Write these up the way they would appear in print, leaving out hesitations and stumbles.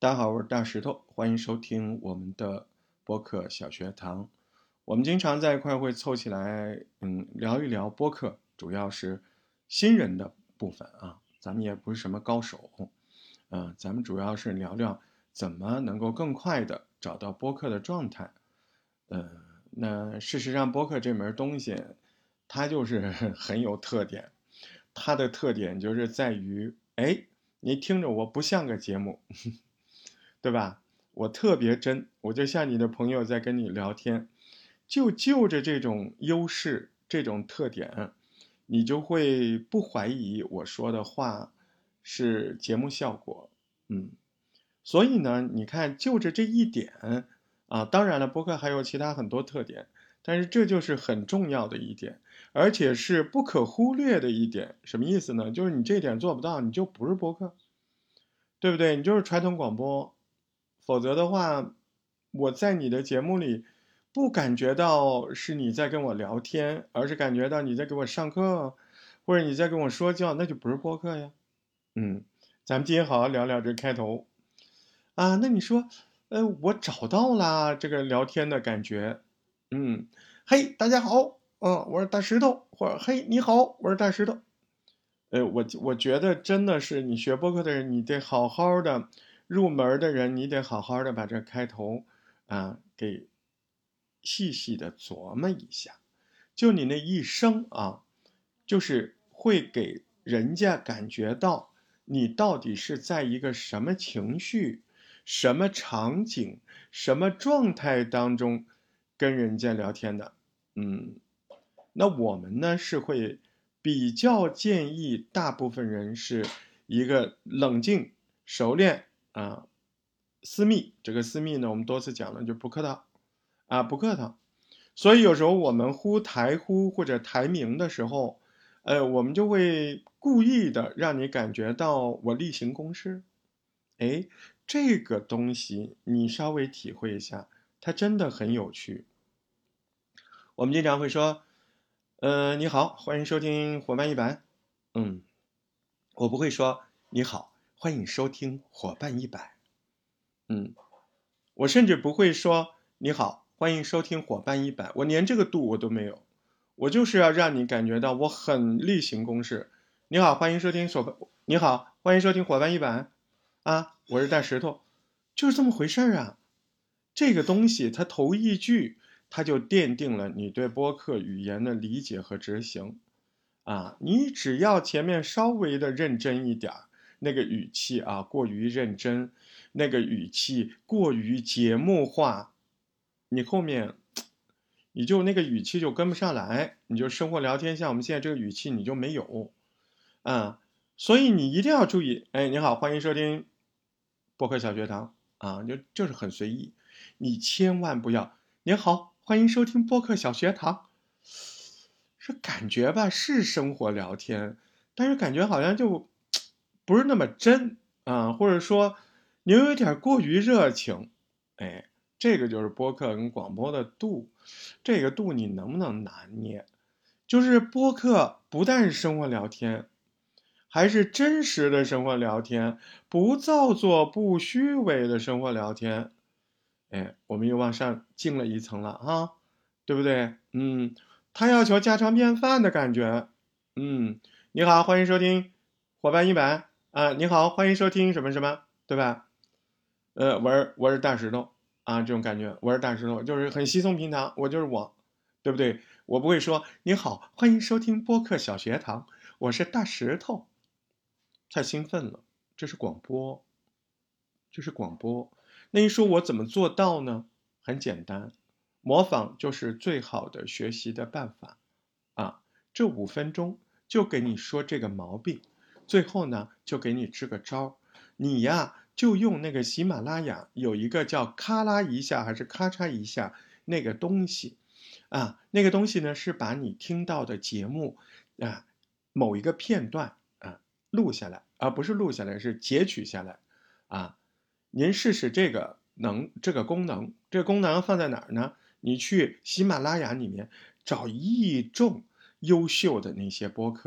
大家好，我是大石头，欢迎收听我们的播客小学堂。我们经常在一块会凑起来，聊一聊播客，主要是新人的部分啊。咱们也不是什么高手，咱们主要是聊聊怎么能够更快的找到播客的状态。那事实上，播客这门东西，它就是很有特点。它的特点就是在于，你听着我不像个节目，对吧？我特别真，我就像你的朋友在跟你聊天，就着这种优势、这种特点，你就会不怀疑我说的话是节目效果。所以呢，你看，就着这一点啊，当然了，播客还有其他很多特点，但是这就是很重要的一点，而且是不可忽略的一点。什么意思呢？就是你这点做不到，你就不是播客，对不对？你就是传统广播，否则的话，我在你的节目里不感觉到是你在跟我聊天，而是感觉到你在给我上课，或者你在跟我说教，那就不是播客呀。嗯，咱们今天好好聊聊这开头啊。那你说，我找到了这个聊天的感觉。嗯，嘿，大家好，我是大石头，或者嘿，你好，我是大石头。我觉得真的是你学播客的人，你得好好的入门的人，你得好好的把这开头给细细的琢磨一下。就你那一声啊，就是会给人家感觉到你到底是在一个什么情绪、什么场景、什么状态当中跟人家聊天的。嗯，那我们呢是会比较建议大部分人是一个冷静、熟练私密。这个私密呢，我们多次讲了，就不客套不客套。所以有时候我们台呼或者台名的时候，我们就会故意的让你感觉到我例行公事。哎，这个东西你稍微体会一下，它真的很有趣。我们经常会说，你好，欢迎收听伙伴一百。嗯，我不会说你好，欢迎收听伙伴一百。嗯，我甚至不会说你好，欢迎收听伙伴一百，我连这个度我都没有。我就是要让你感觉到我很例行公事。你好，欢迎收听你好，欢迎收听伙伴一百我是大石头，就是这么回事啊。这个东西它头一句，它就奠定了你对播客语言的理解和执行你只要前面稍微的认真一点，那个语气过于认真，那个语气过于节目化，你后面你就那个语气就跟不上来，你就生活聊天像我们现在这个语气你就没有啊，所以你一定要注意。哎，你好，欢迎收听播客小学堂就是很随意，你千万不要。您好，欢迎收听播客小学堂。是感觉吧，是生活聊天，但是感觉好像就不是那么真或者说你又有点过于热情。哎，这个就是播客跟广播的度，这个度你能不能拿捏？就是播客不但是生活聊天，还是真实的生活聊天，不造作、不虚伪的生活聊天。哎，我们又往上进了一层了对不对？他要求家常便饭的感觉。你好，欢迎收听伙伴一百你好，欢迎收听什么什么，对吧？我是大石头这种感觉，我是大石头，就是很稀松平常，我就是我，对不对？我不会说你好，欢迎收听播客小学堂，我是大石头，太兴奋了，这是广播，这是广播。那你说我怎么做到呢？很简单，模仿就是最好的学习的办法这5分钟就给你说这个毛病，最后呢就给你支个招。你呀就用那个喜马拉雅有一个叫咔啦一下还是咔嚓一下那个东西那个东西呢是把你听到的节目某一个片段录下来，不是录下来，是截取下来您试试这个功能，这个功能放在哪儿呢？你去喜马拉雅里面找一众优秀的那些播客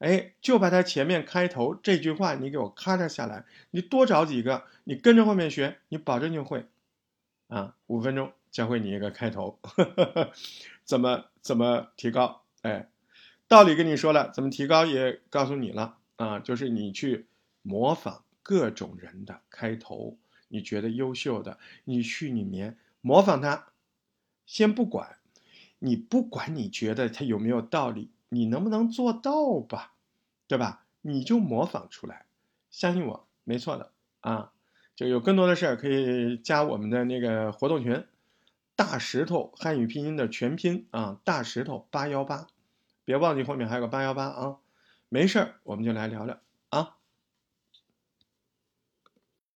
哎，就把它前面开头这句话你给我咔嚓下来，你多找几个，你跟着后面学，你保证就会啊。5分钟教会你一个开头，怎么提高？哎，道理跟你说了，怎么提高也告诉你了啊，就是你去模仿各种人的开头，你觉得优秀的，你去里面模仿他，先不管，你不管你觉得他有没有道理，你能不能做到吧，对吧？你就模仿出来，相信我，没错的啊。就有更多的事儿可以加我们的那个活动群，大石头汉语拼音的全拼啊，大石头818，别忘记后面还有个818啊。没事儿，我们就来聊聊。